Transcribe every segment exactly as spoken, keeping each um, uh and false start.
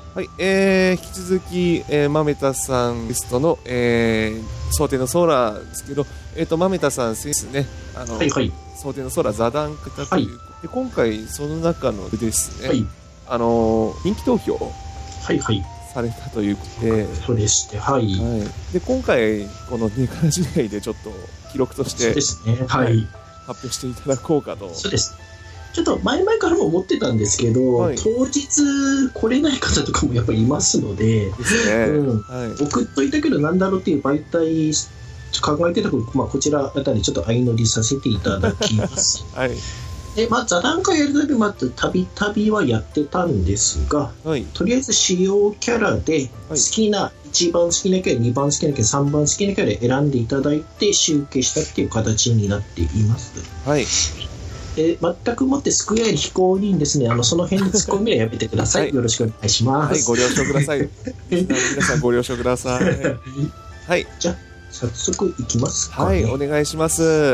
はい、えー、引き続き、えー、豆田さんゲストの、えー、蒼天の空ですけど、えっ、ー、と、豆田さん先生ね、あの、 はいはい、 蒼天の空座談会という、はい、で今回その中のですね、はい、あの人気投票はいはいされたということで、 そうでして、はい、はい、 で今回このネカラ時代でちょっと記録としてそうですね、はい、 発表していただこうかと。 そうです。ちょっと前々からも思ってたんですけど、はい、当日来れない方とかもやっぱりいますので、 ですね、うん、 はい、送っといたけどなんだろうっていう媒体考えてたけど、まあ、こちらあたりちょっと相乗りさせていただきます。はい、で、まあ、座談会やるたびまたたびたびはやってたんですが、はい、とりあえず主要キャラで好きな、はい、いちばん好きなキャラ、にばん好きなキャラ、さんばん好きなキャラで選んでいただいて集計したっていう形になっています。はい。で全くもってスクエア非公認ですね。あのその辺のツッコミはやめてください。はい、よろしくお願いします。 はい、ご了承ください。皆さんご了承ください。はい。 じゃあ早速いきますか、 ね。はい、お願いします。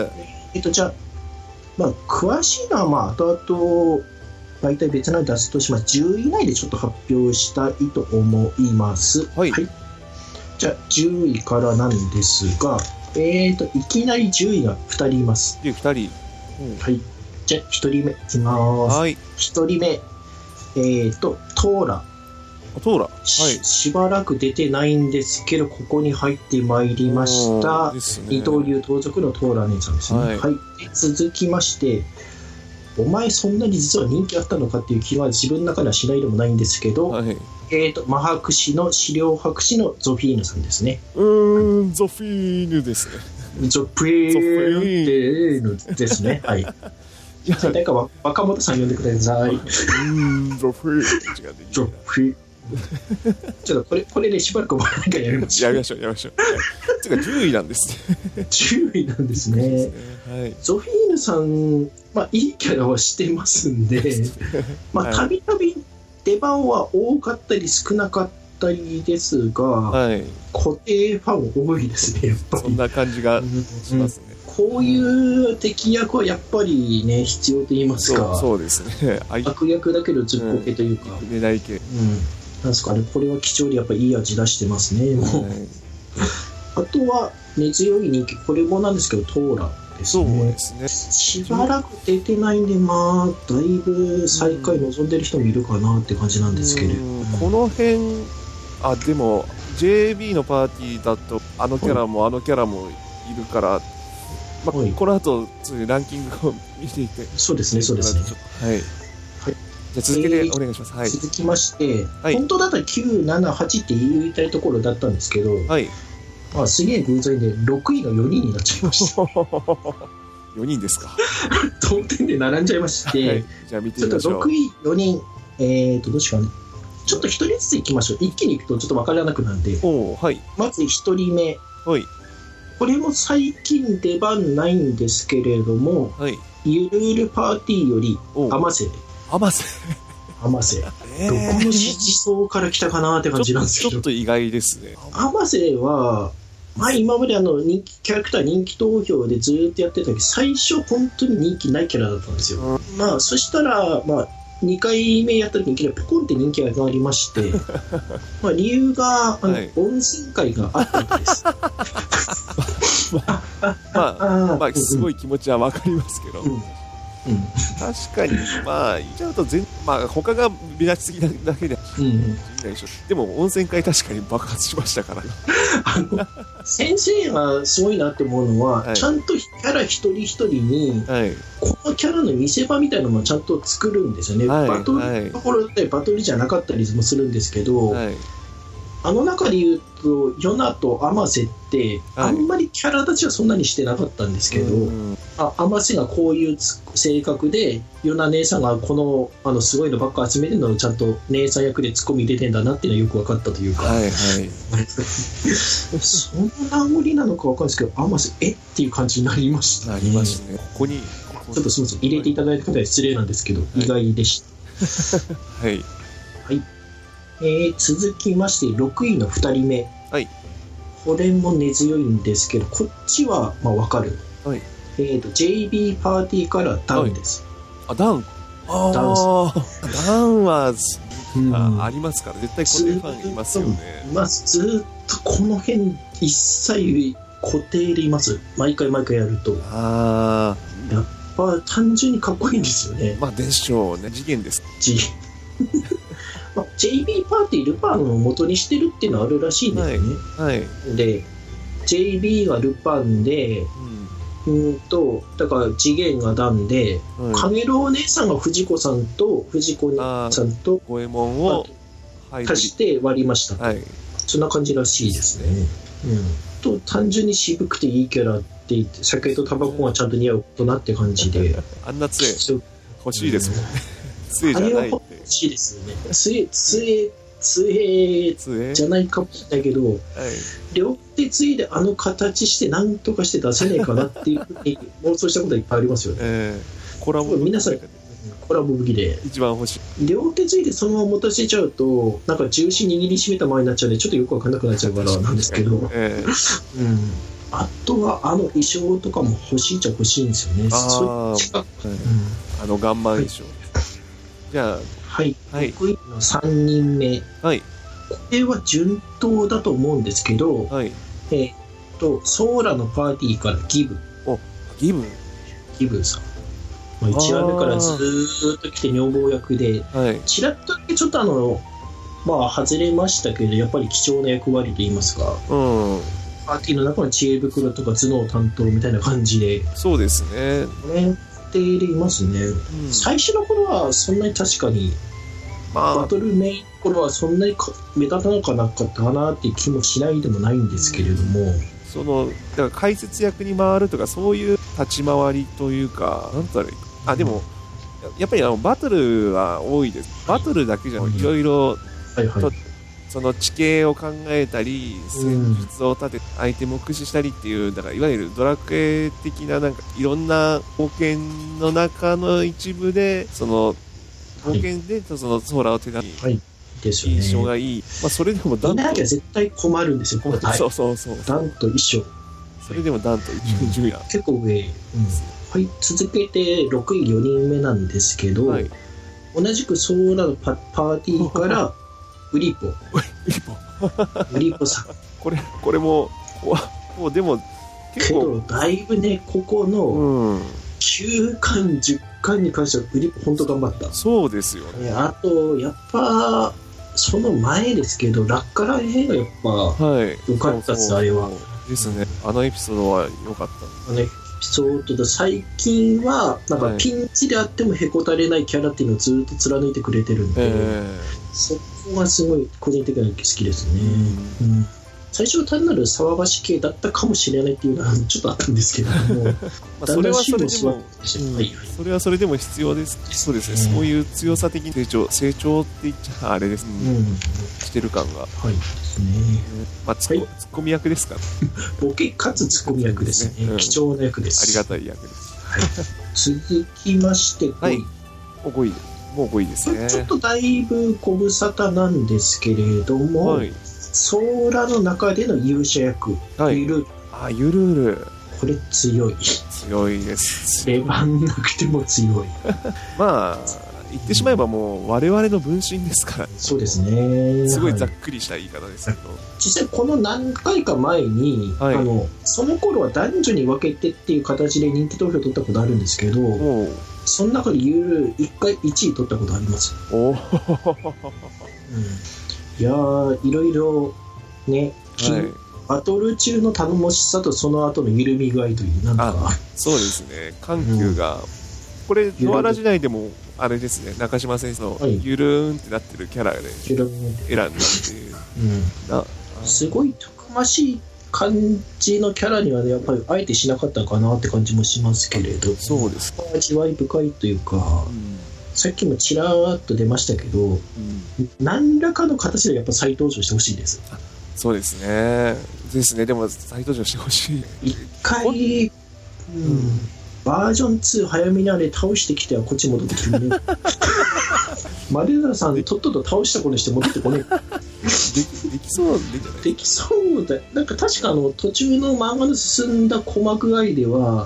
えっとじゃあ、まあ詳しいのはまあ後々大体別なの出すとします。じゅうい以内でちょっと発表したいと思います。はい。はい、じゃあじゅういからなんですが、えっといきなりじゅういがふたりいます。 ふたり。 うん、はい。じゃあひとりめいきます。はい。ひとりめ、えっとトーラ。 トーラ、はい、 し, しばらく出てないんですけどここに入ってまいりました、ね、二刀流盗賊のトーラ姉さんですね。はい、はい、続きましてお前そんなに実は人気あったのかっていう気は自分の中ではしないでもないんですけど、はい、えーとマ博士の資料博士のゾフィーヌさんですね。 うーん、ゾフィーヌですね。 ゾフィーヌですね。はい。いや誰か若本さん呼んでください。うーん、ゾフィーヌゾフィーヌちょっとこれこれでしばらく前からやりましょう。 やりましょうやりましょう。つうかじゅういなんですね。 じゅういなんですね。ですね、はい、ゾフィーヌさん、まあいいキャラはしてますんで、まあたびたび出番は多かったり少なかったりですが、はい、固定ファン多いですねやっぱり。 そんな感じがしますね。 うん、こういう敵役はやっぱりね必要と言いますか。 そう、そうですね。 悪役だけどずっこけというか。 うん、狙い系。うん。 なんですかね、これは貴重でやっぱりいい味出してますね。もう、はい、あとは根強い人気、これもなんですけどトーラですね。そうですね。しばらく出てないんで、まあだいぶ最下位望んでる人もいるかなって感じなんですけれど、うん、 この辺あでも ジェイビー のパーティーだとあのキャラもあのキャラもいるから、まあ、はい、この後ランキングを見ていて、 そうですねそうですね。 はい。じゃ続けてお願いします。はい、 続きまして、はい、本当だったらきゅう、なな、はちって言いたいところだったんですけど、はい、まあ、すげえ偶然でろくいのよにんになっちゃいました。 よにんですか。 同点で並んじゃいまして、はい、じゃあ見てみましょう。ちょっとろくいよにん、えーとどうしようかな。ちょっとひとりずついきましょう。一気にいくとちょっと分からなくなるんで、はい、まずひとりめ、はい、これも最近出番ないんですけれども、はい、ゆるゆるパーティーより甘瀬甘瀬甘瀬、えー、どこの支持層から来たかなって感じなんですけど、 ちょっと意外ですね。 甘瀬は、まあ、今まであの人気キャラクター人気投票でずっとやってたけど最初本当に人気ないキャラだったんですよ、うん、まあそしたら、まあ、にかいめやった時にいきなりポコンって人気が上がりましてまあ理由があの、はい、温泉会があったんですまあ、まあ、まあ、すごい気持ちは分かりますけど、うんうん、確かにまあ言っちゃうと全、まあ、他が目立ちすぎなだけで、うんうん、でも温泉会確かに爆発しましたからあの先生がすごいなって思うのは、はい、ちゃんとキャラ一人一人に、はい、このキャラの見せ場みたいなのもちゃんと作るんですよね、はい、バトルのところでバトルじゃなかったりもするんですけど、はい、あの中で言うとヨナとアマセってあんまりキャラ立ちはそんなにしてなかったんですけど、はい、あアマセがこういう性格でヨナ姉さんがこの、あのすごいのばっか集めてるのをちゃんと姉さん役でツッコミ入れてんだなっていうのはよく分かったというか、はいはい、その名残なのか分かんないですけどアマセえっていう感じになりましたね。 なりましたね。ここにここちょっとすみません入れていただいた方は失礼なんですけど、はい、意外でしたはい、はいえー、続きましてろくいのふたりめ、はい、これも根強いんですけどこっちはまあ分かる、はいえー、と ジェイビー パーティーからダウンです、 はい、あダウンあダウンダウンはがありますから、うん、絶対固定ファンいますよね。 まあ、ずっとこの辺一切固定でいます。毎回毎回やると。ああ。やっぱ単純にかっこいいんですよね。 まあでしょうね。次元です。 次元。まあ、ジェイビー パーティールパンを元にしてるっていうのはあるらしいんですよね。はい。はい、で、ジェイビー がルパンで、うん、うんとだから次元がダンで、はい、かげろうお姉さんが藤子さんと藤子さんと五右衛門を足して割りました。はい。そんな感じらしいですね。うん。と単純に渋くていいキャラって言って酒とタバコがちゃんと似合う大人って感じで。 あんな杖欲しいですもんね。杖じゃないって。あれは欲しいですよね。杖杖杖じゃないかもしれないけど、はい、両手杖であの形して何とかして出せねえかなっていうふうに妄想したことはいっぱいありますよね。えー、コラボ皆さんコラボ武器で一番欲しい。両手杖でそのまま持たせちゃうとなんか重心握りしめたままになっちゃうんでちょっとよく分かんなくなっちゃうからなんですけど、えーうん、あとはあの衣装とかも欲しいっちゃ欲しいんですよね。 あ、そっちか、はい、うん、あのガンマン衣装、はい、じゃあはい、はい、得意のさんにんめ、はい、これは順当だと思うんですけど、はい、えー、っとソーラのパーティーからギブおギブギブさん、まあ、いちわめからずーっと来て女房役で、はい、ちらっとだけちょっとあのまあ外れましたけどやっぱり貴重な役割といいますか、うん、パーティーの中の知恵袋とか頭脳担当みたいな感じでそうですねねでいますね、うん、最初の頃はそんなに確かに、まあ、バトルメイン頃はそんなに目立たなかなかったかなっていう気もしないでもないんですけれども、うん、 そのだから解説役に回るとかそういう立ち回りというかなんとあれあでも、うん、やっぱりあのバトルは多いです。バトルだけじゃなくていろいろその地形を考えたり戦術を立ててアイテムを駆使したりっていうだからいわゆるドラクエ的ななんかいろんな冒険の中の一部でその冒険でそのソーラを手出す印象がいい、まあ、それでもダンといなきゃ絶対困るんですよ。 そうそうそうダンと一緒それでもダンとじゅうや、 うん、結構上、うん、はい、続けてろくいよにんめなんですけど、はい、同じくソーラの パ, パーティーからウリポウリポウリポさんこれこれももうでも結構けどだいぶねここのきゅうかんじゅっかんに関してはウリポ本当頑張った。 そうですよね。 あとやっぱその前ですけどラッカラ編がやっぱ良かったっす、はい、あれはですね。あのエピソードは良かった。 あのエピソードで最近はなんかピンチであってもへこたれないキャラっていうのをずっと貫いてくれてるんで、えー、そこがすごい個人的に好きですね。うん、うん、最初は単なる騒がし系だったかもしれないっていうのはちょっとあったんですけどもまあそれはそれでも、うん、それはそれでも必要です。そうですね、うん、そういう強さ的に成長成長って言っちゃあれです、ね、うん、してる感がはいですね。まあ、ツッコ、はい、ツッコミ役ですか、ね、 ボケかつツッコミ役ですね、うん、貴重な役です。 ありがたい役です、 はい、続きましてごい、はい、 おごいもうごいですね。 ちょっとだいぶご無沙汰なんですけれども、はい、ソーラの中での勇者役、はい、ゆるあゆるるこれ強い強いですレバンなくても強いまあ言ってしまえばもう我々の分身ですから、ね、 そうですね。 すごいざっくりした言い方ですけど、はい、 実際この何回か前に、はい、あのその頃は男女に分けてっていう形で人気投票取ったことあるんですけど、その中でゆるいっかいいちい取ったことあります。お、うん、いやーいろいろね、はい、バトル中の頼もしさとその後の緩み具合というなんかそうですね緩急が、うん、これノアラ時代でもあれですね中島先生のゆるーんってなってるキャラで選んだっていう、はい、 うん、なすごいたくましい感じのキャラには、ね、やっぱりあえてしなかったかなって感じもしますけれど、 そうですか、 味わい深いというか、うん、さっきもちらーっと出ましたけど、うん、何らかの形でやっぱ再登場してほしいです。 そうですねですね。でも再登場してほしい。 一回、うん、バージョンツー早めにあれ倒してきてはこっち戻ってきてねマレーナさんとっとと倒した子にして戻ってこねで, できそうでじゃないできそうだ。なんか確かあの途中の漫画の進んだ細具合では、うん、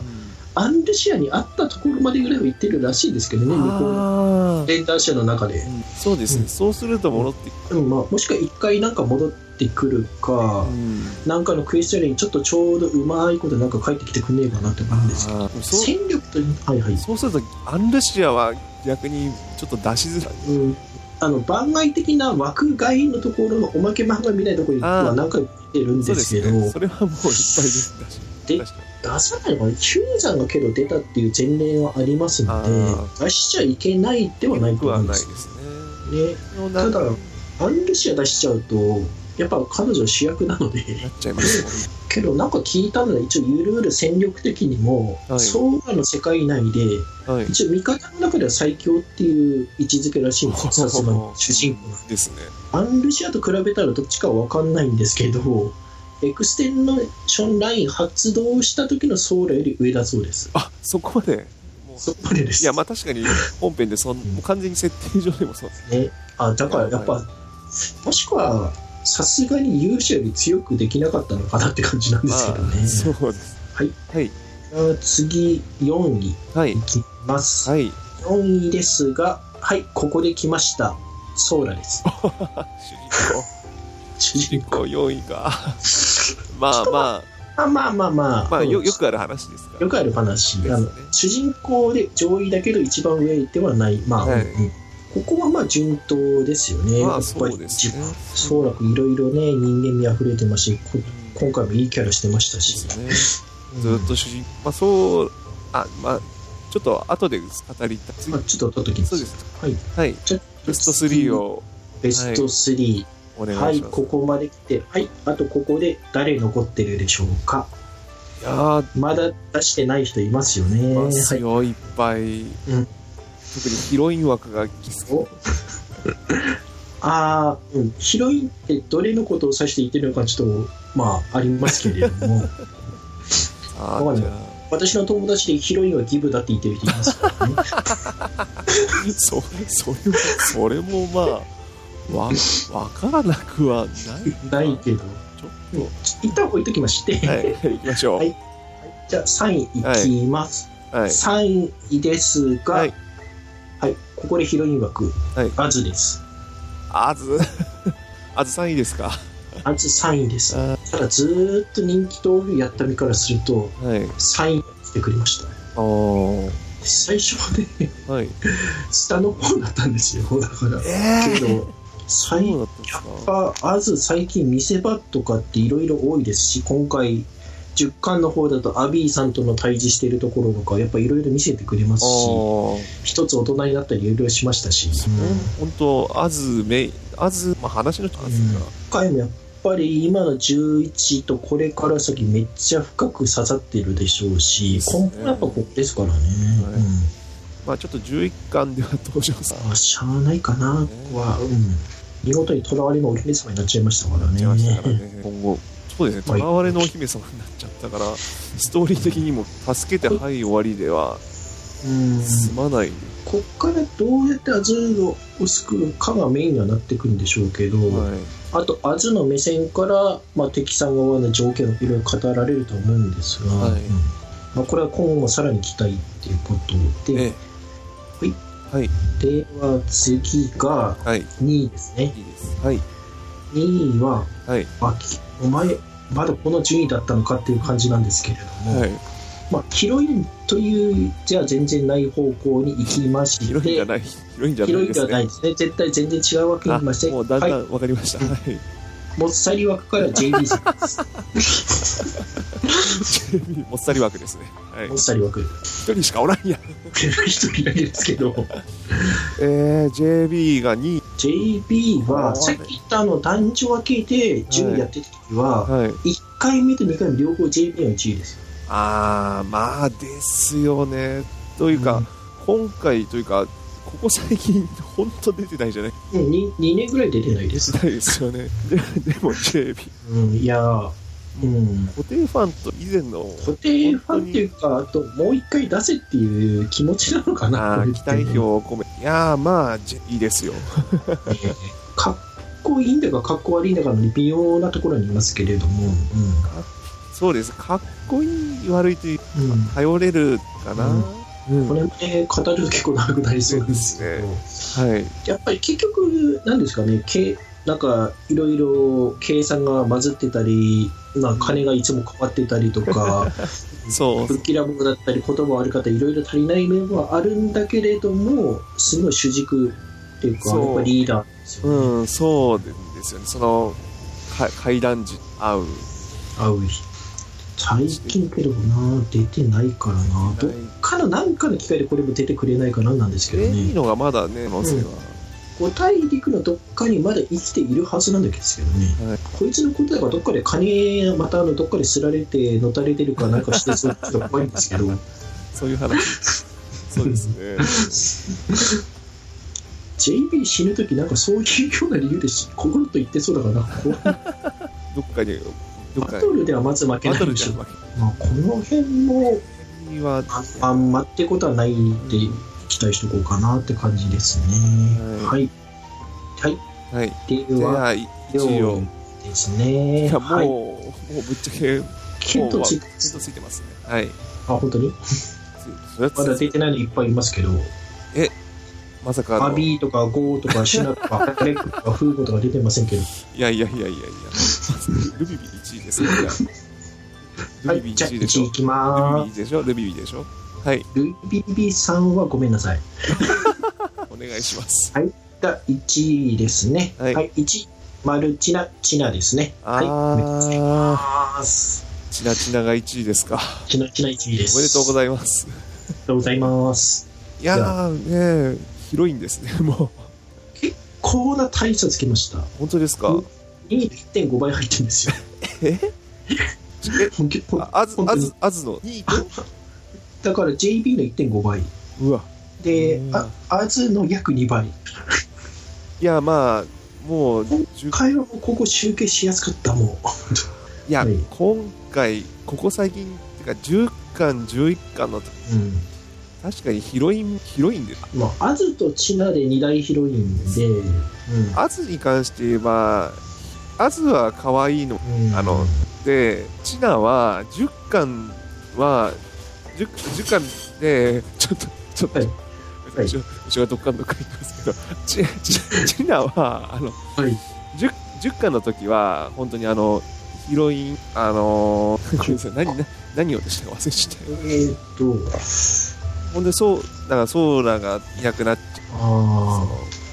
アンルシアにあったところまでぐらいは行ってるらしいですけどね、向こうのレンターシアの中で、 うん、そうですね、うん、そうすると戻ってくる、 うん、まあ、もしくは一回なんか戻ってくるか、うん、なんかのクエスチョンにちょっとちょうどうまいことなんか帰ってきてくんねえかなって思うんですけど、戦力と、はいはい、 そうするとアンルシアは逆にちょっと出しづらい、うん、 あの番外的な枠外のところのおまけ漫画みたいなところには何回も見てるんですけど、 そうですね、それはもういっぱいですで出さないのかな、ヒューザンがけど出たっていう前例はありますので、出しちゃいけないではないと思うんですね。ただアンルシア出しちゃうとやっぱ彼女主役なのでなっちゃいますもんね。 けどなんか聞いたので、一応ゆるゆる戦力的にも、はい、ソーラの世界内で、はい、一応味方の中では最強っていう位置づけらしいんですよ、さすがに主人公なんですね。 アンルシアと比べたらどっちかは分かんないんですけど、エクステンションライン発動した時のソーラより上だそうです。 あ、そこまでもうそこまでです。 いや、まあ確かに本編でそん、うん、もう完全に設定上でもそうですね。あ、だからやっぱもしくはさすがに勇者より強くできなかったのかなって感じなんですけどね。 そうです。 はい。 はい。 次よんいいきます。はい。よんいですが、はい、ここで来ました。ソーラです。 主人公。主人公よんいか。まあまあ。まあまあまあ。 まあよ、よくある話ですから。 よくある話。ね、あの主人公で上位だけど一番上ではない。まあ、はい、うん、ここはまあ順当ですよね。 まあそうですね。 ソーラ君いろいろね、人間味あふれてますし、今回もいいキャラしてましたし。ね、 ずっと主人公、まあそう、あ、まあ、ちょっと後で語りたい。 まあ、ちょっと後できます。 そうです。 はい。 はい。ベストスリーを。 ベストスリー。はい、 お願いします。 はい、ここまで来て、はい、あとここで誰残ってるでしょうか。 いやまだ出してない人いますよね。 いますよ、はい、いっぱい。うん、特にヒロイン枠がきつい。 ああ、うん、ヒロインってどれのことを指して言ってるのかちょっとまあありますけれども。ああ、じゃあ私の友達でヒロインはギブだって言ってる人いますからね。 そ, それもそれもまあ。わ, わからなくはないないけど、ちょっと一旦置いときまして、 はい、行きましょう。 はい、じゃあさんいいきます。はい、さんいですが、はい、はい、ここでヒロイン枠、はい、アズです。 アズアズさんいですか。 アズさんいです。ただずーっと人気投票やった身からすると、はい、さんいに来てくれました。あ最初はね、はい、下の方だったんですよ。だから、えー、けど最やっぱあず最近見せ場とかっていろいろ多いですし、今回じゅっかんの方だとアビーさんとの対峙しているところとかやっぱいろいろ見せてくれますし、一つ大人になったりいろいろしましたし、 本当あずめあず、まあ、話のあずが、うん、 今回もやっぱり今のじゅういちとこれから先めっちゃ深く刺さっているでしょうし、根本、ね、やっぱここですからね、はい、うん、 まあ、ちょっとじゅういっかんでは登場さあしゃあないかな、ね、は、うん、見事にとらわれのお姫様になっちゃいましたからね。 今後そうですね、とらわれのお姫様になっちゃったから、ストーリー的にも助けてはい終わりでは済まない。 こっからどうやってアズを救うかがメインにはなってくるんでしょうけど、はい、あとアズの目線から、まあ、敵さん側の条件をいろいろ語られると思うんですが、はい、うん、まあ、これは今後もさらに期待っていうことで、ええ、はい、はい、では次がにいですね。はい、いいです、はい、にいは、はい、あお前まだこの順位だったのかっていう感じなんですけれども、はい、まあ、ヒロインというじゃ全然ない方向に行きまして、 ヒロインじゃない、ヒロインじゃないですね。ヒロインじゃないですね。 絶対全然違うわけにいきまして、 もうだんだん分かりました。はい、 もっさり枠から ジェイビー さんです。 ジェイビー もっさり枠ですね。はい、 もっさり枠。 一人しかおらんやん。 一人だけですけど。 えー、ジェイビー がにい。 ジェイビー はさっき言ったあの男女分けで順位やってた時は、はいはい、いっかいめとにかいめ両方 ジェイビー のいちいです。 ああ、まあですよね。というか、うん、今回というかここ最近本当出てないじゃない。 うん、に, にねんぐらい出てないです。 出てないですよね。で, でも ジェイビー、 うん、いやー、うん、 固定ファンと以前の固定ファンっていうか、あともう一回出せっていう気持ちなのかな。 あ期待票を込め、いやーまあいいですよ。 かっこいいんだかかっこ悪いんだかの微妙なところにいますけれども、うん、 そうです。かっこいい悪いという、うん、頼れるかな、うんうん、これね、語ると結構長くなりそうですけど、ね、はい、やっぱり結局なんですかね、なんかいろいろ計算が混ざってたり、まあ、金がいつも変わってたりとかそうぶっきらぼうだったり言葉悪かったりいろいろ足りない面はあるんだけれども、すごい主軸っていうかやっぱリーダーですよね。 うん、そうですよね。その階段時合う合う最近けどな出てないからな、どっかの何かの機会でこれも出てくれないかななんですけどね。 いいのがまだね、のせは、 うん、大陸のどっかにまだ生きているはずなんですけどね、はい、こいつの答えがどっかで金またあのどっかですられてのたれてるかなんかしてそうちょっと怖いんですけどそういう話そうですねジェイビー 死ぬときなんかそういうような理由で心と言ってそうだからなどっかにバトルではまず負けないでしょう、まあ、この辺もあんまってことはないって期待しとこうかなって感じですね。はいはい、 はい、 では一応ですね。 いやもう、はい、もうぶっちゃけ見当ついてますね。はい。 あ、本当にまだ出てないのいっぱいいますけど、 えまさかアビーとかゴーとかシュナとかレックとかフーゴとか出てませんけど、 いやいやいやいやいやルビビいちいですね。 はい、じゃあいちいきまーす。ルビビでしょ、ルビビでしょ。はい。 ルビビさんはごめんなさい。 お願いします。 はい。じゃあいちいですね。はい。はい、いち、マルチナチナですね。はい。おめでとうございます。 チナチナがいちいですか。 チナチナいちいです。 おめでとうございます。 おめでとうございます。 いやーね、広いんですね。もう結構な大差つけました。 本当ですか。 に いってんご 倍入ってるんですよ。 ええあずあずあずのにとだから ジェイビー の いってんご 倍。 うわ。 で、ああずの約にばい。 いやまあもう今回はもうここ集計しやすかったもん。 いや、はい、今回ここ最近っていうかじゅっかんじゅういっかんの、うん、確かにヒロインヒロインで、 まあ、アズとチナでに大ヒロインで、うん、 アズに関して言えばアズは可愛いの、うん、あのでチナはじゅっかんは 10, じゅっかんでちょっとちょっと、はい、後ろがどっかんどっかん言いますけどチ, チ, チナはあの、はい、10, じゅっかんの時は本当にあのヒロインあのー、何, 何, 何をでしたか忘れちゃったえー、っとほんでそうだからソーラがいなくなっちゃう。ああ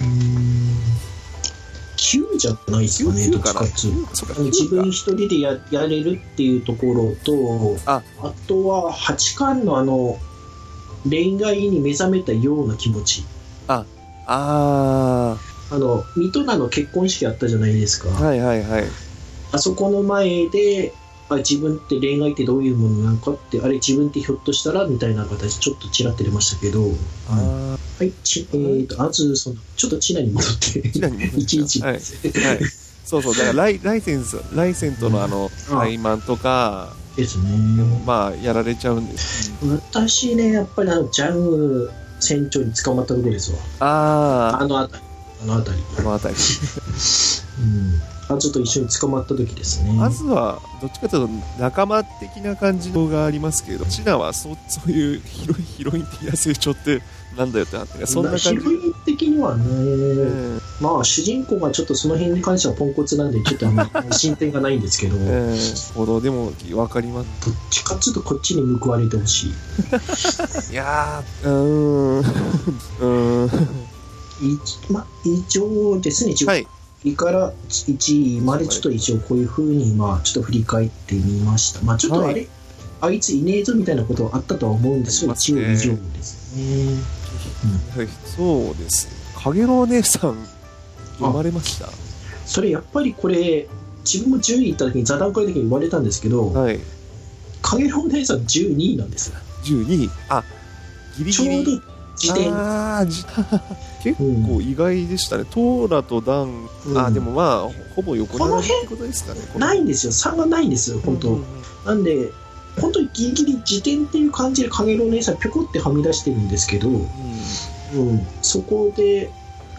きゅうじゃないですかね、どっちかっていうと自分一人で や, やれるっていうところと あ, あとははちかんのあの恋愛に目覚めたような気持ち。 あああの水戸菜の結婚式あったじゃないですか。 はいはいはい。 あそこの前であ自分って恋愛ってどういうものなのかってあれ自分ってひょっとしたらみたいな形ちょっとちらって出ましたけど、うん、はいちえーとあずそのちょっとチナに戻ってチナに戻っていちいち、 はいはい、そうそうだからライライセンスライセントのあの怠慢とかですね。 まあやられちゃうんです。 私ねやっぱりあのジャング船長に捕まったところですわ。 あああのあたりあのあたりあのあたり。 うんあちょっと一緒に捕まった時ですね。 まずはどっちかというと仲間的な感じのがありますけど、チナは そ, そういうヒロインヒロイン的な成長ってなんだよってなってそんな感じ。ヒロイン的にはね、えー、まあ主人公がちょっとその辺に関してはポンコツなんでちょっとあの進展がないんですけど、 えー、ほどでも分かります。 どっちかちょっとこっちに報われてほしい。 いやーうーんうーんまあ以上ですね。はいからいちいまでちょっと一応こういう風にまあちょっと振り返ってみました。まあちょっとあれ、はい、あいついねえぞみたいなことあったとは思うんですけど、一応以上ですね。 はい、そうです。かげろうお姉さん読まれました？ それやっぱりこれ自分もじゅうい行った時に座談会の時に言われたんですけど、はい、かげろうお姉さんじゅうにいなんですよ。 じゅうにいあギリギリちょうど時点あ結構意外でしたね、うん、トーラとダン、うん、あでもまあほぼ横並びってことですかね。 このないんですよ、差がないんですよ本当、うんうんうん、なんで本当にギリギリ時点っていう感じでかげろうお姉さんぴょこってはみ出してるんですけど、うんうん、そこで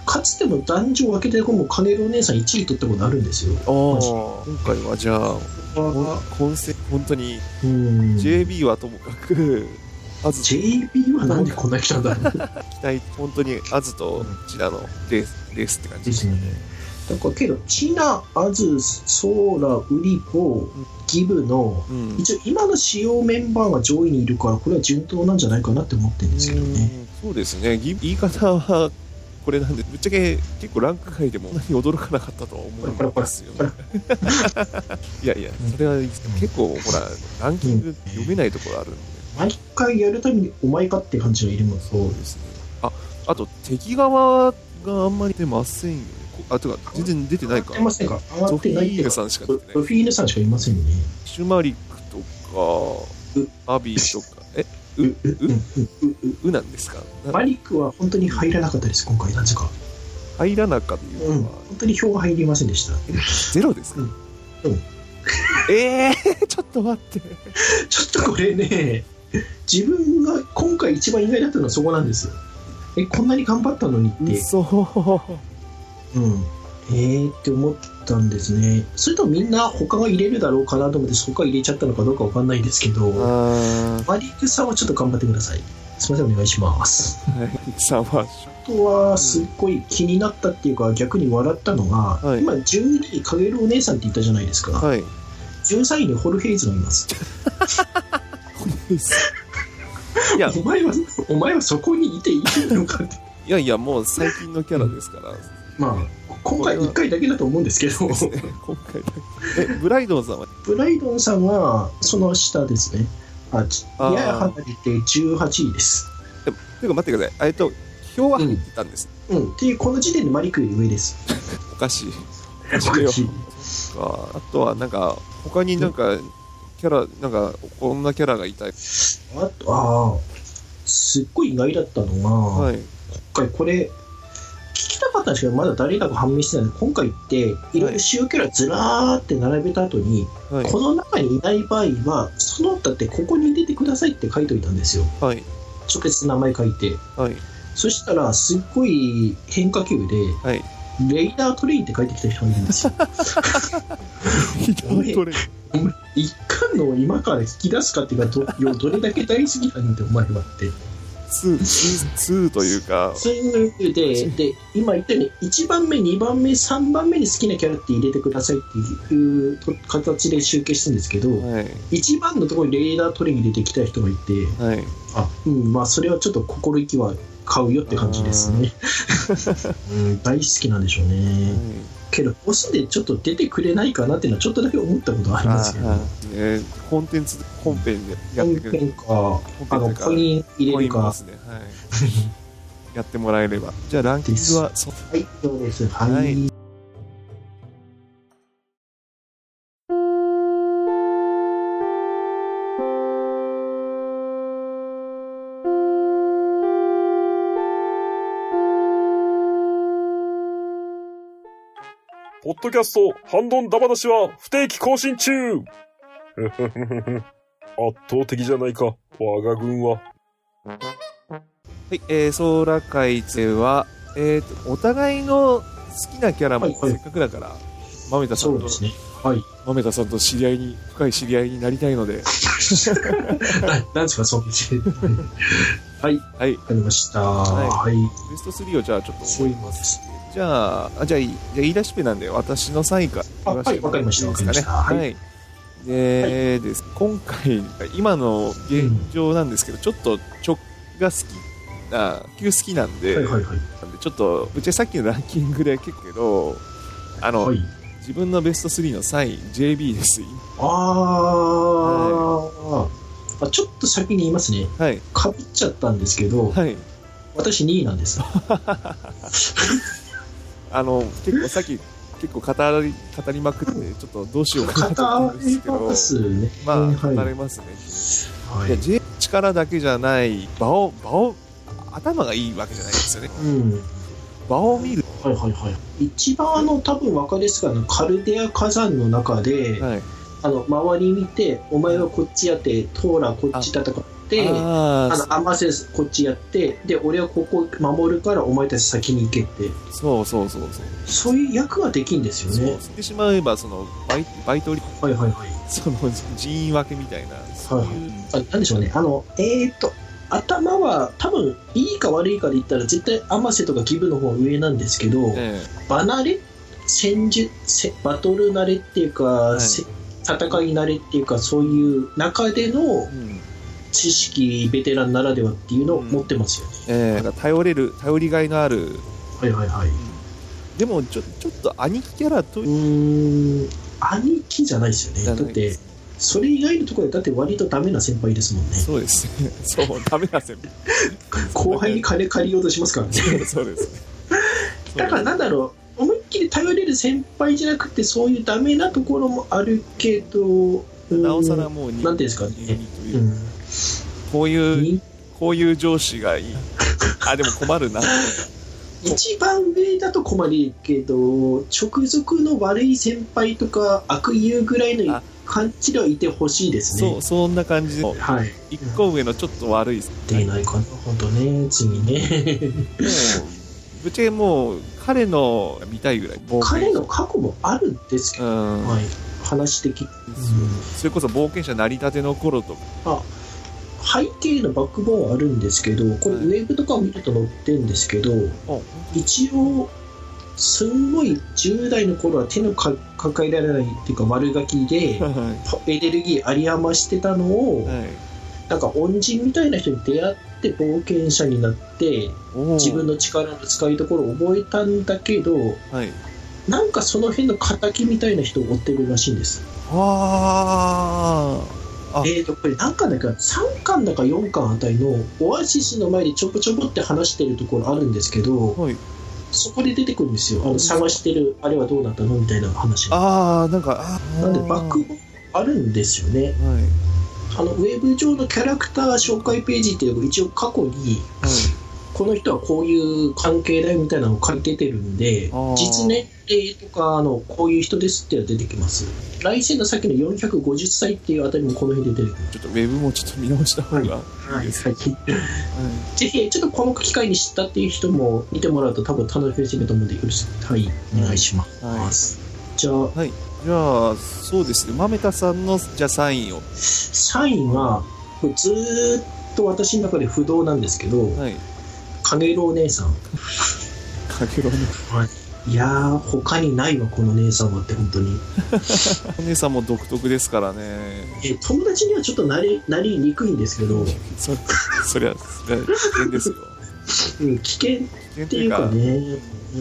かつても男女分けてもカネルお姉さんいちい取ったことあるんですよ。あ今回はじゃあ混戦本当に ジェービー はともかくアズ ジェービー はなんでこんな来たんだろう期待本当にアズとチナのレース、レースって感じですね。 だからけどチナ、アズ、ソーラ、ウリポ、ギブの、うん、一応今の主要メンバーが上位にいるからこれは順当なんじゃないかなって思ってるんですけどね。 そうですね。言い方はこれなんでぶっちゃけ結構ランク外でも何驚かなかったとは思うんですよねいやいやそれは結構ほらランキング読めないところあるんで、 毎回やるたびにお前かって感じはいるもん。 そうですね。ああと敵側があんまり出ませんよね。あとか全然出てないか。 出ませんか。上がってないって。 ゾフィーヌさんしか出てない。 ゾフィーヌさんしかいませんね。 シュマリックとかアビーとかえうううううなんですか。 マリックは本当に入らなかったです今回。なぜか入らなかったいうのは、うん、 本当に票が入りませんでした。 ゼロですか。うんうん、えー、ちょっと待ってちょっとこれね自分が今回一番意外だったのはそこなんですよ。えこんなに頑張ったのにってそううんえーって思ったんですね。それともみんな他が入れるだろうかなと思ってそこが入れちゃったのかどうかわかんないですけど、マリックさんはちょっと頑張ってください。すみませんお願いします。 さんはあとはすっごい気になったっていうか逆に笑ったのが、はい、今じゅうにいカゲルお姉さんって言ったじゃないですか、はい、じゅうさんいにホルヘイズがいますホルヘイズいやお前はお前はそこにいていいのかっていやいやもう最近のキャラですから、うん、 まあ今回いっかいだけだと思うんですけど、ね、 今回だけえブライドンさんはブライドンさんはその下ですね。あやや離れてじゅうはちいです。 でもてか待ってください。えっと票は入ってたんです、 うん、うん、っていうこの時点でマリックより上です。 おかしいおかしいあ, あとはなんか他になんかキャラなんかこんなキャラがいたい。 あとあすっごい意外だったのが、はい、今回これ聞きたかったんですけどまだ誰だか判明してないので今回っていろいろ主要キャラずらーって並べた後に、はい、この中にいない場合はその他ってここに出てくださいって書いといたんですよ、はい、直接名前書いて、はい、そしたらすっごい変化球で、はい、レイダートレインって書いてきた人がいるんですよお前一巻の今から引き出すかっていうか ど, どれだけ大好きなんだお前はってツーというかツーでで今言ったようにいちばんめにばんめさんばんめに好きなキャラって入れてくださいっていう形で集計してるんですけど、はい、いちばんのところにレーダートレイン入れてきた人がいて、はい、あうんまあそれはちょっと心意気は買うよって感じですね、うん、大好きなんでしょうね、はい、けどボスでちょっと出てくれないかなっていうのはちょっとだけ思ったことはありますけど、ねえー、コンテンツ本編でやってくれる本編かあのコイン入れるか、 ねはい、やってもらえれば。じゃあランキングはそはいそうですはい、はいポッドキャストハンドンダバなしは不定期更新中圧倒的じゃないか我が軍は。 はい、えー、ソーラ会では、えーと、お互いの好きなキャラもせっかくだから、はいはい、豆田さんと、そうですね、はい、豆田さんと知り合いに深い知り合いになりたいので何ですかそうですはいはいわかりました、はい、はい、 ベストスリーをじゃあちょっと思います。じゃあ、あじゃあ、じゃあ言い出しっぺなんで、私のさんいから言わせてもらっていいですかね。はい、わかりました。はい。で、はい、です。今回、今の現状なんですけど、うん、ちょっと直が好きな、球好きなんで、はいはいはい、なんでちょっと、うちはさっきのランキングで結構けど、あの、はい、自分のベストスリーのさんい、ジェービー です。 ああ、はい、あ、ちょっと先に言いますね。はい。かぶっちゃったんですけど、はい。私にいなんです。 あの結構さっき結構語り語りまくってちょっとどうしようかなと思うんですけど、ますね、まあ語れますね。はい、いや J 力だけじゃない場を場を頭がいいわけじゃないですよね。うん、場を見る。 はいはいはい。一番あの多分分かりやすくカルデア火山の中で、はい、あの周り見てお前はこっちやってトーラこっちだとかて、ああのアマセスこっちやって、で俺はここ守るからお前たち先に行けって、 そうそうそうそう、 そういう役ができるんですよね。そうしてしまえばそのバイバイトリ、 はいはいはい、 その人員分けみたいな、そういう、 はい、あなんでしょうね、あのえー、っと頭は多分いいか悪いかで言ったら絶対アマセとかギブの方が上なんですけど、えー、バナレ戦術バトル慣れっていうか、はい、戦い慣れっていうか、そういう中での知識、ベテランならではっていうのを持ってますよね、 うん、えー、なんか頼れる頼りがいのある、 はいはいはい、 でもちょ、ちょっと兄貴キャラと、うーん、兄貴じゃないですよね。だってそれ以外のところでだって割とダメな先輩ですもんね。 そうですね。そうダメな先輩。後輩に金借りようとしますからね。 そうですね。 だからなんだろう、思いっきり頼れる先輩じゃなくてそういうダメなところもあるけど、 なおさらもうなんていうんですかね。 うん、こういうこういう上司がいい。あでも困るな。 一番上だと困るけど、直属の悪い先輩とか悪友ぐらいの感じではいてほしいですね。 そう、そんな感じで、はい、一個上のちょっと悪い出ないかな、本当ね、次ね。もうぶっちゃけもう彼の見たいぐらい。 彼の過去もあるんですけど、はい、話的、うん、 それこそ冒険者成り立ての頃とか。あ背景のバックボーンあるんですけど、これウェブとかを見ると載ってるんですけど、はい、一応すんごいじゅう代の頃は手のか抱えられないっていうか悪ガキで、はい、エネルギー有り余してたのを、はい、なんか恩人みたいな人に出会って冒険者になって自分の力の使いどころを覚えたんだけど、はい、なんかその辺の敵みたいな人を追ってるらしいんです。 あえーとこれ何巻だかさんかんだかよんかんあたりのオアシスの前でちょこちょこって話してるところあるんですけど、はい、そこで出てくるんですよ。あの探してるあれはどうなったのみたいな話。 ああなんかなんでバックボーンあるんですよね、はい、あのウェブ上のキャラクター紹介ページっていうのが一応過去に、はい、この人はこういう関係だよみたいなのを書いててるんで、実年齢とかあのこういう人ですっていうのが出てきます。来世の先のよんひゃくごじゅっさいっていうあたりもこの辺で出てくる。 ちょっとウェブもちょっと見直した方がいいです、はいはいはい、 ぜひちょっとこの機会に知ったっていう人も見てもらうと多分楽しめると思うのでよろしく、はい、お願いします、はい、じゃあ、 はい、じゃあそうですね、豆田さんのじゃあサインを。 サインはずーっと私の中で不動なんですけど、はい、かげろう姉さん。 かげろう姉さん、はい、 いやー他にないわこの姉さんはって本当に。 お姉さんも独特ですからね。 え友達にはちょっとなりなりにくいんですけど。 そそりゃそりゃ危険ですよ。 うん、危険っていうかね、うん、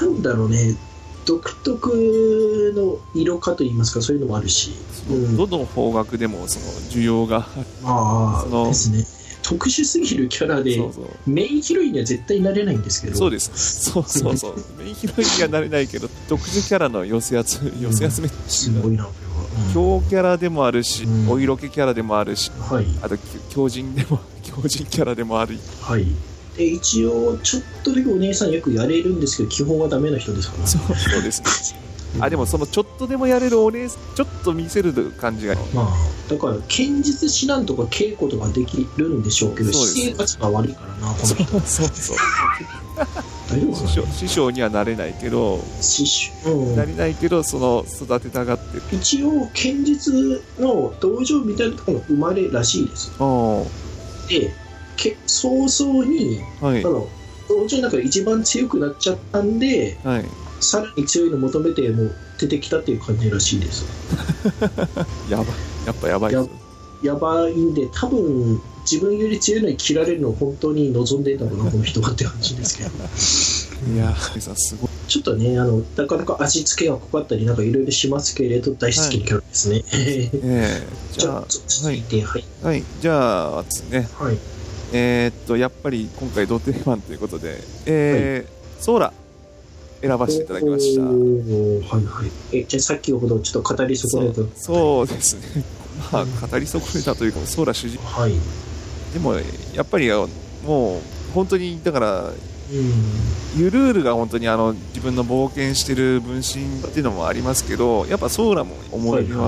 なんだろうね、独特の色化といいますかそういうのもあるし、 うん、どの方角でもその需要がああですね。特殊すぎるキャラでそうそうメインヒロインには絶対なれないんですけど。 そうですそうそうそうメインヒロインにはなれないけど特殊キャラの寄せ集め、寄せ集め、うん、 すごいな、うん、 強キャラでもあるし、うん、お色気キャラでもあるし、はい、あと強靭でも強靭キャラでもある。 はい。で一応ちょっとだけお姉さんよくやれるんですけど基本はダメな人ですから、ね、 そうそうですね。あでもそのちょっとでもやれるお姉さんちょっと見せる感じが、 まあ、だから剣術指南とか稽古とかできるんでしょうけど私生活が悪いからなこの人。そうそうそう大丈夫かな。師匠、 師匠にはなれないけど師匠、うん、 なれないけどその育てたがってる。 一応剣術の道場みたいなところが生まれらしいです。でけ早々に、はい、あの道場の中で一番強くなっちゃったんで、はい、さらに強いの求めてもう出てきたっていう感じらしいです。 やばい、やっぱやばいです。 や、やばいんで多分自分より強いのに切られるのを本当に望んでんだろうなこの人はって感じですけど。 いやさすごい。 ちょっとねあのなかなか味付けが濃かったりなんかいろいろしますけれど大好きなキャラですね。はい、えー、じゃあ続いてはい、 はい、じゃあですね、はい、えー、っとやっぱり今回ド定番ということで、えーはい、ソーラ選ばせていただきました。はいはい。えじゃあさっきほどちょっと語り損ねた。 そう、そうですね。まあ語り損ねたというかソーラ主人。はい。でもやっぱりもう本当にだから。うん、ユルールが本当にあの自分の冒険してる分身っていうのもありますけどやっぱソーラも思い出はあっ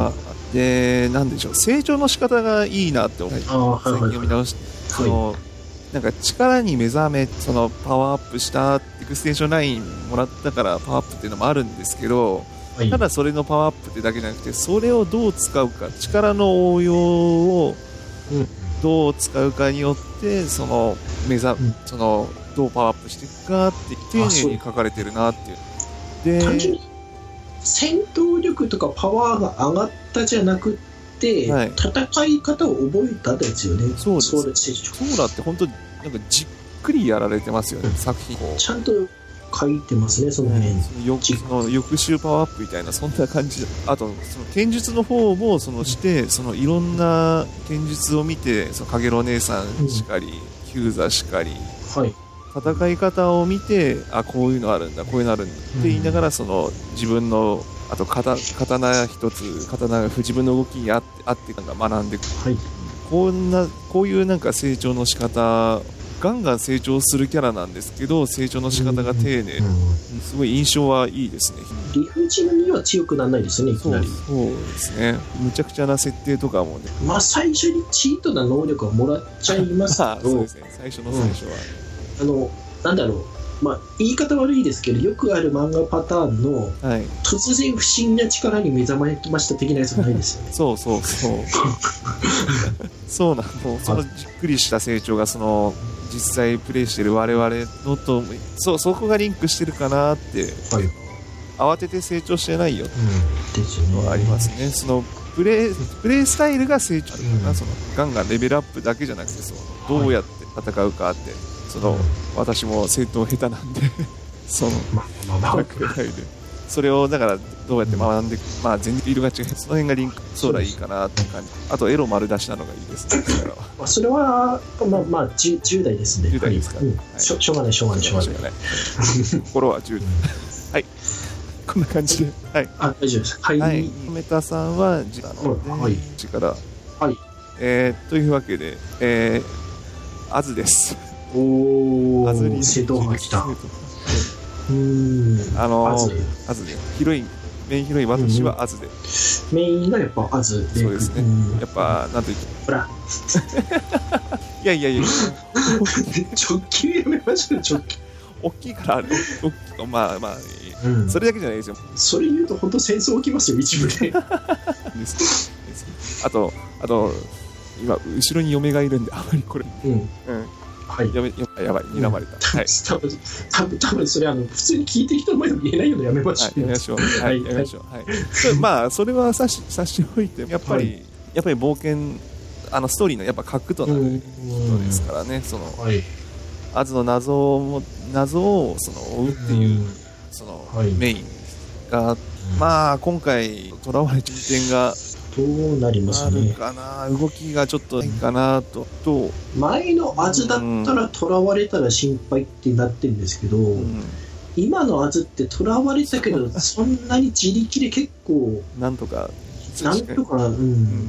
で、なんでしょう、成長の仕方がいいなって思って、最近読み直して、その、なんか力に目覚め、そのパワーアップしたエクステンションラインもらったからパワーアップっていうのもあるんですけど、はい、ただそれのパワーアップってだけじゃなくて、それをどう使うか、力の応用をどう使うかによって、その目覚、うん、そのどうパワーアップしていくかって丁寧に書かれてるなっていう。で、単純に戦闘力とかパワーが上がったじゃなくて、はい、戦い方を覚えたですよね。 そうです。そうだって本当になんかじっくりやられてますよね、うん、作品を。 ちゃんと書いてますね、その辺。 そのよその翌週パワーアップみたいな、そんな感じで。あと、その剣術の方も、そのして、うん、そのいろんな剣術を見て、そのかげろう姉さんしかり、うん、ヒューザしかり、はい、戦い方を見て、あ、こういうのあるんだ、こういうのあるんだって言いながら、その自分の、あと刀一つ、刀が自分の動きにあって、あって学んでいく、はい、こんな、こういうなんか成長の仕方、ガンガン成長するキャラなんですけど、成長の仕方が丁寧、うん、すごい印象はいいですね。 理不尽には強くならないですね、いきなり。 そう、そうですね。むちゃくちゃな設定とかもね。 まあ最初にチートな能力はもらっちゃいますけど、 そうですね、最初の最初は。 うん、あの、なんだろう。まあ、言い方悪いですけど、よくある漫画パターンの、はい、突然不審な力に目覚めました的なやつもないですよね。 そうそうそうそうなの。そのじっくりした成長がその実際プレイしてる我々のと、そそこがリンクしてるかなって、はい、慌てて成長してないよっていうのはありますね。そのプレイプレイスタイルが成長するかな、うん、そのガンガンレベルアップだけじゃなくて、そのどうやって戦うかって。その私も戦闘下手なんでそのそれをだからどうやって学んで、まあ全然フィールが違う、その辺がリンクソーラーいいかなって感じ。あとエロ丸出しなのがいいですね。 まあそれはまあまあ 10, じゅう代ですね。 じゅう代ですか、うんはい、 しょ, しょうがないしょうがないしょうがない。 心はじゅう代。はい。こんな感じで。はい。 あ、大丈夫です。はい。 はい。メタさんは時なので、はい。力。はい。えー、というわけで、えー、アズです。 おー、瀬戸が来た。うーん、 あのー、アズアズでヒロイン、メインヒロイン私はアズで、うん、 メインがやっぱアズで、 そうですね、やっぱなんと言ってほらいやいやいや直球やめましょう。直球大きいからあれまあまあ、うん、それだけじゃないですよ。 それ言うと本当戦争起きますよ、一部でですあとあと今後ろに嫁がいるんであまりこれうん、うんはい、や, めや, やばい、睨まれた。うん、はい、多分、 多分、多分それあの普通に聞いてる人の前でも言えないようなやめましょう。 はい、やめましょう。はい、やめましょう。はい。まあそれはさし差し置いて、やっぱり、はい、やっぱり冒険あのストーリーのやっぱ核となる人ですからね。その、はい、アズの謎を謎をその追うっていうその、はい、メインが、まあ今回囚われてる点が。 どうなりますね。 かな、動きがちょっといいかなと。と前のアズだったら囚われたら心配ってなってるんですけど、うん、今のアズって囚われたけどそんなに自力で結構なんとかなんとか、うんうん、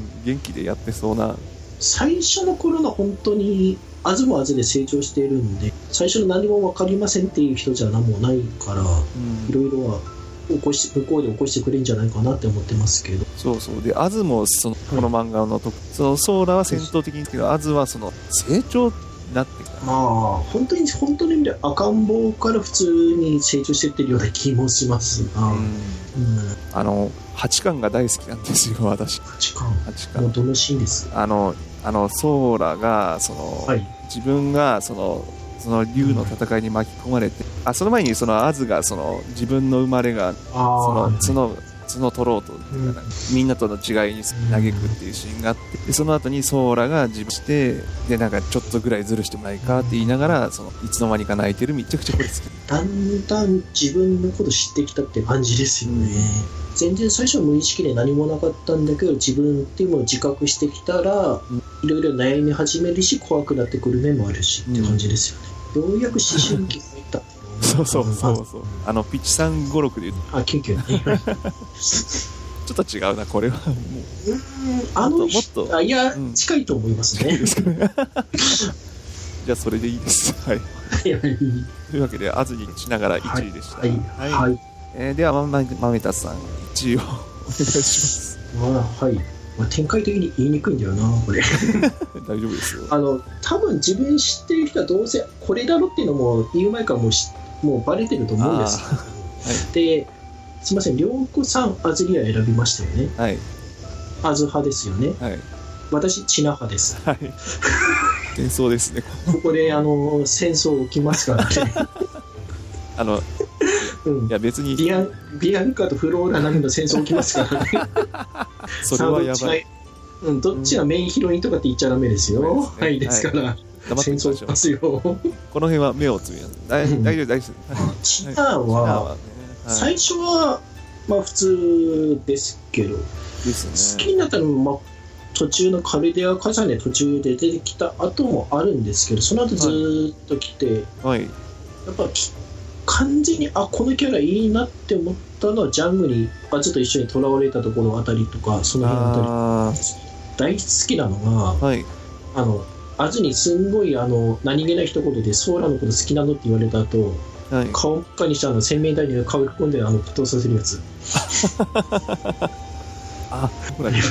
元気でやってそうな。 最初の頃の本当にアズもアズで成長しているんで、最初の何も分かりませんっていう人じゃ何もないから、いろいろは起こし向こうで起こしてくれるんじゃないかなって思ってますけど。 そうそう。でアズもそのこの漫画のと、はい、そのソーラは戦闘的にですけど、アズはその成長になってからまあ本当に本当に赤ん坊から普通に成長していってるような気もしますが、うんうん、 あの八巻が大好きなんですよ私。 八巻八巻もうどのシーンです。 あのあのソーラがその、はい、自分がそのその竜の戦いに巻き込まれて、うん、あその前にそのアズがその自分の生まれがその角角取ろうと、うん、みんなとの違いに嘆くっていうシーンがあって、でその後にソーラが自分してでなんかちょっとぐらいずるしてもないかって言いながらそのいつの間にか泣いてる。めちゃくちゃこれ好き。 だんだん自分のこと知ってきたって感じですよね、うん、全然最初は無意識で何もなかったんだけど自分っていうものを自覚してきたら、うん、いろいろ悩み始めるし怖くなってくる面もあるし、うん、って感じですよね。ようやく思春期がいたそうそうそうそう。あのピッチさんごろくで言うとあ、キュンキュンねちょっと違うなこれは。もうあのもっとあいや、うん、近いと思いますねじゃあそれでいいです。はい。というわけでアズにしながらいちいでした。はい。はいはい、えー、ではまめたさんいちいをお願いします。 あ、はい。 まあ、展開的に言いにくいんだよなこれ大丈夫ですよ。 あの多分自分知ってる人はどうせこれだろっていうのも言う前からもうしもうバレてると思うんですけど、はい、ですみません、涼子さんアズリア選びましたよね。 はい、 アズ派ですよね。 はい、 私チナ派です。 はい、戦争ですね。 ここであの戦争起きますからねあのうん、いや別にビアン、ビアンカとフローラ並みの戦争起きますからねそれはやばい。 うん、どっちがメインヒロインとかって言っちゃダメですよ、うん、はいですから、はい、戦争しますよこの辺は目をつぶやす。大丈夫大丈夫。 チナーは最初はまあ普通ですけどですね、好きになったのも、まあ、途中のカルデア火山で途中で出てきた後もあるんですけど、その後ずっと来て、はい、やっぱ完全にあこのキャラいいなって思ったのはジャングにアズと一緒に囚われたところあたりとか、その辺あたり大好きなのが、はい、あのアズにすんごいあの何気ない一言でソーラのこと好きなのって言われた後、はい、顔真っ赤にしてあの洗面台に顔を吹っ込んであの沸騰させるやつあほら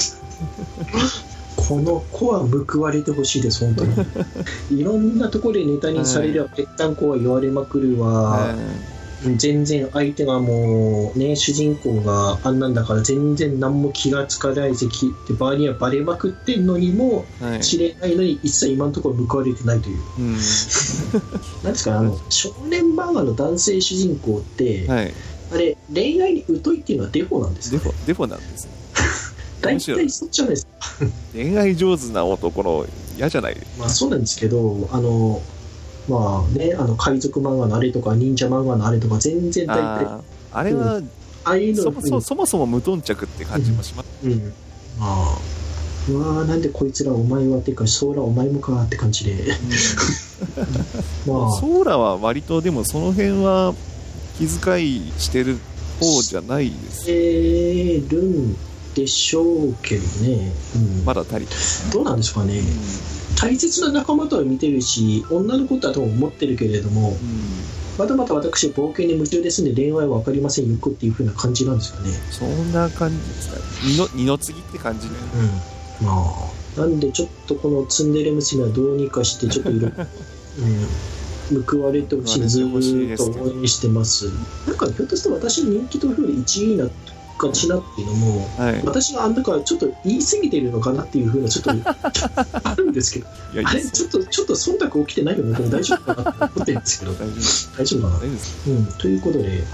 この子は報われてほしいです本当にいろんなところでネタにされればぺったんこは言われまくるわ、全然相手がもうね主人公があんなんだから全然何も気がつかないぜって場合にはバレまくってんのにも知れないのに一切今のところ報われてないという、うん、なんですかあの少年漫画の男性主人公って、はい、あれ恋愛に疎いっていうのはデフォなんですか、ね、 デフォデフォなんですね大体そっちじゃないですか恋愛上手な男の嫌じゃない、 まあそうなんですけど、あのまあね、あの海賊漫画のあれとか忍者漫画のあれとか全然大体あ, あれは、うん、ああいうの そ, も そ, そもそも無頓着って感じもします、うんうん、 あうわーなんでこいつらお前はっていうかソーラお前もかって感じで、うんまあ、 ソーラは割とでもその辺は気遣いしてる方じゃないですしてるんでしょうけどね、 うん、まだ足りどうなんですかね、うん、大切な仲間とは見てるし女の子だと思ってるけれども、うん、まだまだ私冒険に夢中ですんで恋愛は分かりませんよっていう風な感じなんですかね。 そんな感じですか。二の、二の次って感じね、 うん、まあなんでちょっとこのツンデレ娘はどうにかしてちょっといろ、うん、報われてほしい、ずーっと応援してます。なんかひょっとして私人気投票でいちいになってがちなっていうのも、はい、私があんだからちょっと言い過ぎてるのかなっていう風なちょっとあるんですけどいやあれちょっとちょっと忖度起きてないよね、でも大丈夫かなって思ってるんですけど大丈夫かな、うん、ということで、うんうんはい、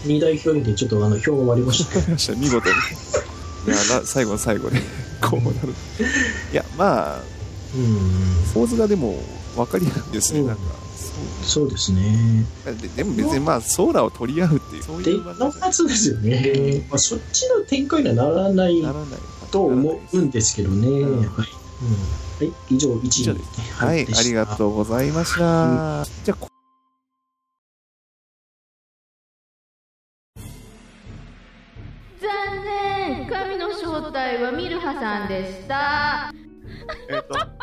に大ヒロインでちょっとあの票が割れました見事にいや最後の最後でこうなるいやまあうん構図がでも分かりやすいですね、うん、なんかそうですね。 で, でも別にまあソーラを取り合うっていうそういうのはずですよね、うんまあ、そっちの展開にはならないと思うんですけどね、うんはいうんはい、以上いちいですね。 はい、はい、ありがとうございました、うん、じゃあ残念、神の正体はミルハさんでしたえっとた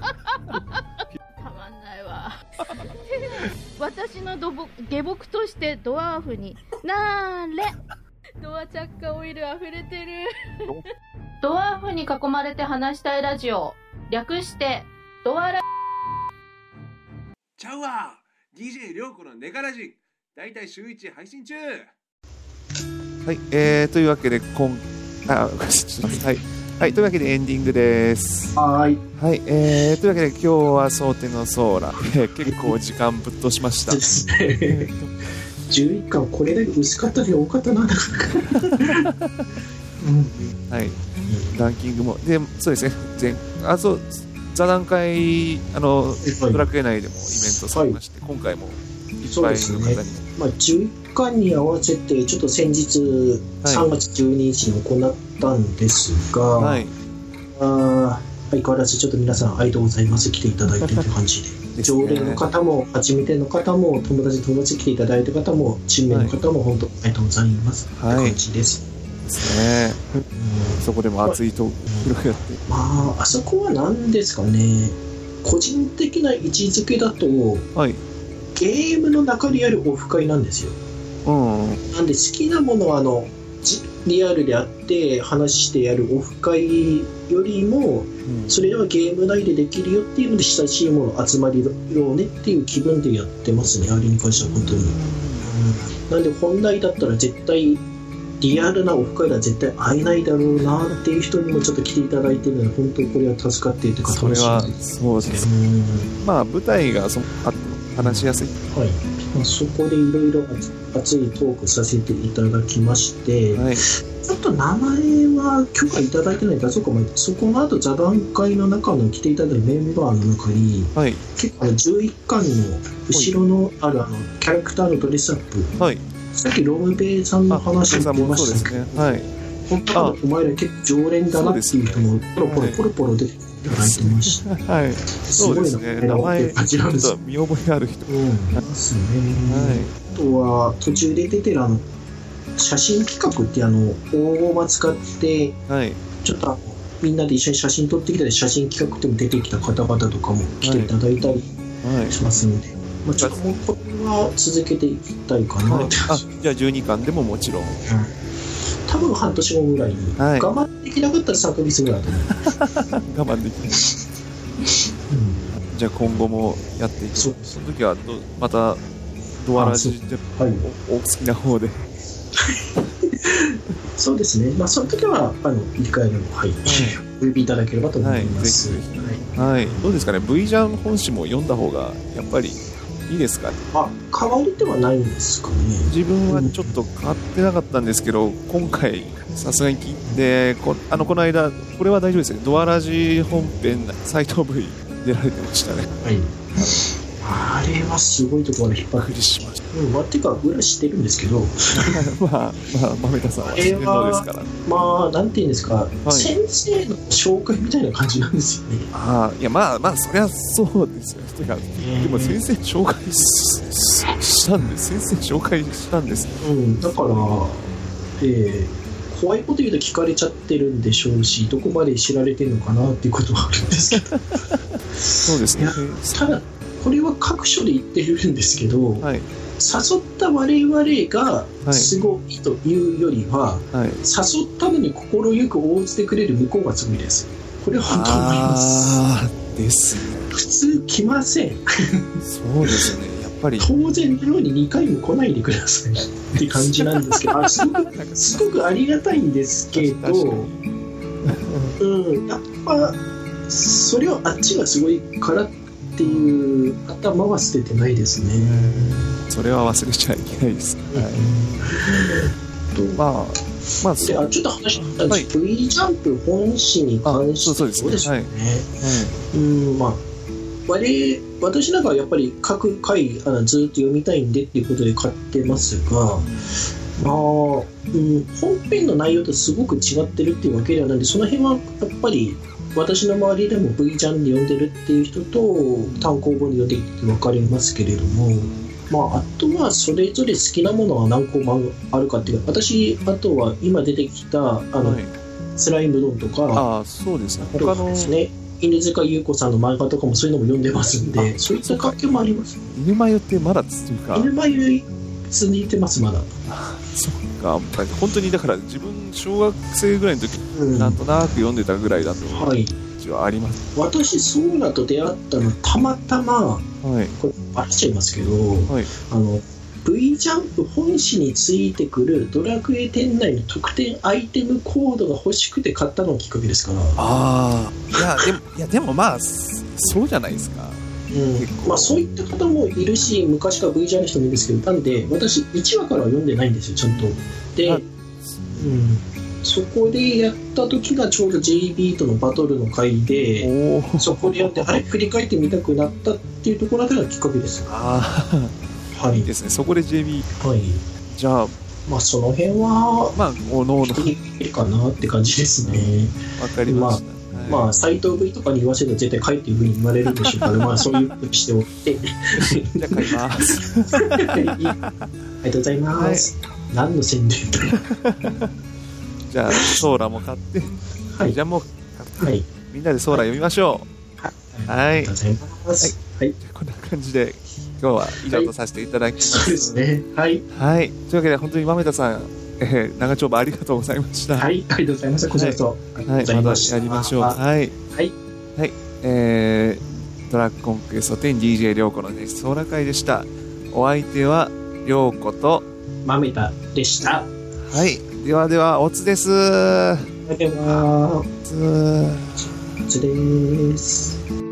まんないわ私のどぼ下僕としてドワーフになーれドアチャッカオイル溢れてるドワーフに囲まれて話したいラジオ、略してドアラちゃうわ ディージェー りょうこのネガラジだいたい週いち配信中。はい、えー、というわけで今あはいはい、というわけでエンディングです。 はい、 はい、えー、というわけで今日は蒼天のソーラ、えー、結構時間ぶっ通しましたですねじゅういっかんこれだけ薄かったで多かったな、なかなか、 うん、はい、ランキングもでそうですね、前あそう座談会あの、はい、ドラクエ内でもイベントされまして、はい、今回もいっぱいの方に、ねまあ、じゅういっかんに合わせてちょっと先日さんがつじゅうににちに行ったんですが、はい、あ相変わらずちょっと皆さんありがとうございます来ていただいてという感じでで、ね、常連の方も初めての方も友達友達来ていただいた方も新面の方も本当ありがとうございますという感じです、 はい、ですね、うん、そこでも熱いトーク広がって、 まああそこは何ですかね、個人的な位置づけだと、はい、ゲームの中にあるオフ会なんですよ、うん、なんで好きなものはあのリアルであって話してやるオフ会よりも、うん、それはゲーム内でできるよっていうので親しいもの集まりようねっていう気分でやってますね。あれに関しては本当に、うん、なんで本来だったら絶対リアルなオフ会では絶対会えないだろうなっていう人にもちょっと来ていただいているので本当にこれは助かっているというか楽しいです。 そうですね。まあ舞台がそあって話しやすい、 はい、まあ、そこでいろいろ熱いトークさせていただきまして、はい、ちょっと名前は許可いただいてないからそこそこの後座談会の中の来ていただいたメンバーの中に、はい、結構じゅういっかんの後ろのあるあのキャラクターのドレスアップ、はい、さっきロムペイさんの話を出ましたけど、ね、はい、本当はお前ら結構常連だなっていう人もポロポロポロポロ出ていただいてました。 はい、そうですね。名前ちょっと見覚えある人。うん、ですね。 はい。あとは途中で出てるあの写真企画ってあの大駒使って、はい、ちょっとあのみんなで一緒に写真撮ってきたり写真企画でも出てきた方々とかも来ていただいたりしますので、はいはい、まあ、ちょっともうこれは続けていきたいかなって、はい、 あ、じゃあじゅうにかんでももちろん。うん、 多分半年後ぐらいに、はい、我慢できなかったらさんかげつぐらいだと思う。 我慢できない、うん、じゃあ今後もやっていく。その時はどまたドアラジで、はい、お, お好きな方でそうですね、まあ、その時はあのいっかいでも、はい、お呼びいただければと思います。 はい、はい、どうですかね、 V ジャン本誌も読んだ方がやっぱりいいですかね。 あ、変わりではないんですかね。 自分はちょっと買ってなかったんですけど、うん、今回さすがに聞いて、こあのこの間これは大丈夫ですね、ドアラジ本編斎藤 V 出られてましたね。はい、 あれはすごいところで引っ張りしました。うん、まあ、てか裏知ってるんですけどまあまあ豆田さんは知ってるのですから、 まあなんていうんですか、はい、先生の紹介みたいな感じなんですよね。 ああ、いや、まあまあそりゃそうですよ。てかでも先生紹介 し, したんです先生紹介したんです、ね、 うん、だからえー怖いこと言うと聞かれちゃってるんでしょうし、どこまで知られてるのかなっていうことはあるんですけどそうですね。 ただこれは各所で言ってるんですけど、はい、誘った我々がすごいというよりは、はいはい、誘ったのに快く応じてくれる向こうがすごいです。これは本当に思います。 あですね、 普通来ませんそうですね、やっぱり当然のようににかいも来ないでくださいって感じなんですけどあすごくすごくありがたいんですけどうん、やっぱそれをあっちがすごいからっていう頭は捨ててないですね。 それは忘れちゃいけないです、はい、とまあまあであちょっと話したんですけど、はい、V ジャンプ本誌に関してそうですね、そうですね、はい、うん、まあ我私なんかはやっぱり各回あのずっと読みたいんでっていうことで買ってますが、まあ、うん、本編の内容とすごく違ってるっていうわけではないので、その辺はやっぱり私の周りでも V ジャンで読んでるっていう人と単行本で読んでるって分かりますけれども、まあ、あとはそれぞれ好きなものは何個もあるかっていうか、私あとは今出てきたあの、はい、スライムドンとか、 あ、そうですね、他のですね、犬塚優子さんの漫画とかもそういうのも読んでますんで、そういった関係もあります。 犬眉ってまだ続くか。 犬眉続いてますまだ。 そっか、本当にだから自分小学生ぐらいの時、うん、なんとなく読んでたぐらいだと思う。はい。はあります。 私ソーラと出会ったのたまたま、はい、これバラしちゃいますけど、はい、あの V ジャンプ本誌についてくるドラクエ店内の特典アイテムコードが欲しくて買ったのがきっかけですから。 ああ、いやでもいやでもまあそうじゃないですか。 うん、まあそういった方もいるし、昔から V ジャンの人もいるんですけど、なんで私いちわからは読んでないんですよ、ちゃんと。で、うん、そこでやった時がちょうど ジェイビー とのバトルの回で、そこでやってあれ振り返ってみたくなったっていうところがきっかけです。 ああ、はい、いいですね。そこで ジェイビー、はい、じゃあまあその辺はまあおのおのいいかなって感じですね。 わかりました。 まあ、はい、まあ斎藤 V とかに言わせると絶対買いっていうふうに言われるでしょうからまあそういうふうにしておってじゃあ買いますありがとうございます、はい、何の宣伝だじゃあソーラも買って、はい、じゃあもう買って、はい、みんなでソーラ読みましょう。はい、はい、ありがとうございます。はい、はい、こんな感じで今日は以上とさせていただきます。 そうですね。はい。 はい。というわけで本当に豆田さんえー、長丁場ありがとうございました。 はい、ありがとうございました。こちらこそ、 はい、はい、またやりましょう。はい。はい。はい。えー、ドラッグコンクエストテン ディージェー りょうこの熱奏ラ会でした。お相手は、りょうことまめたでした。 はい。ではでは、おつです。 では、おつ。おつです。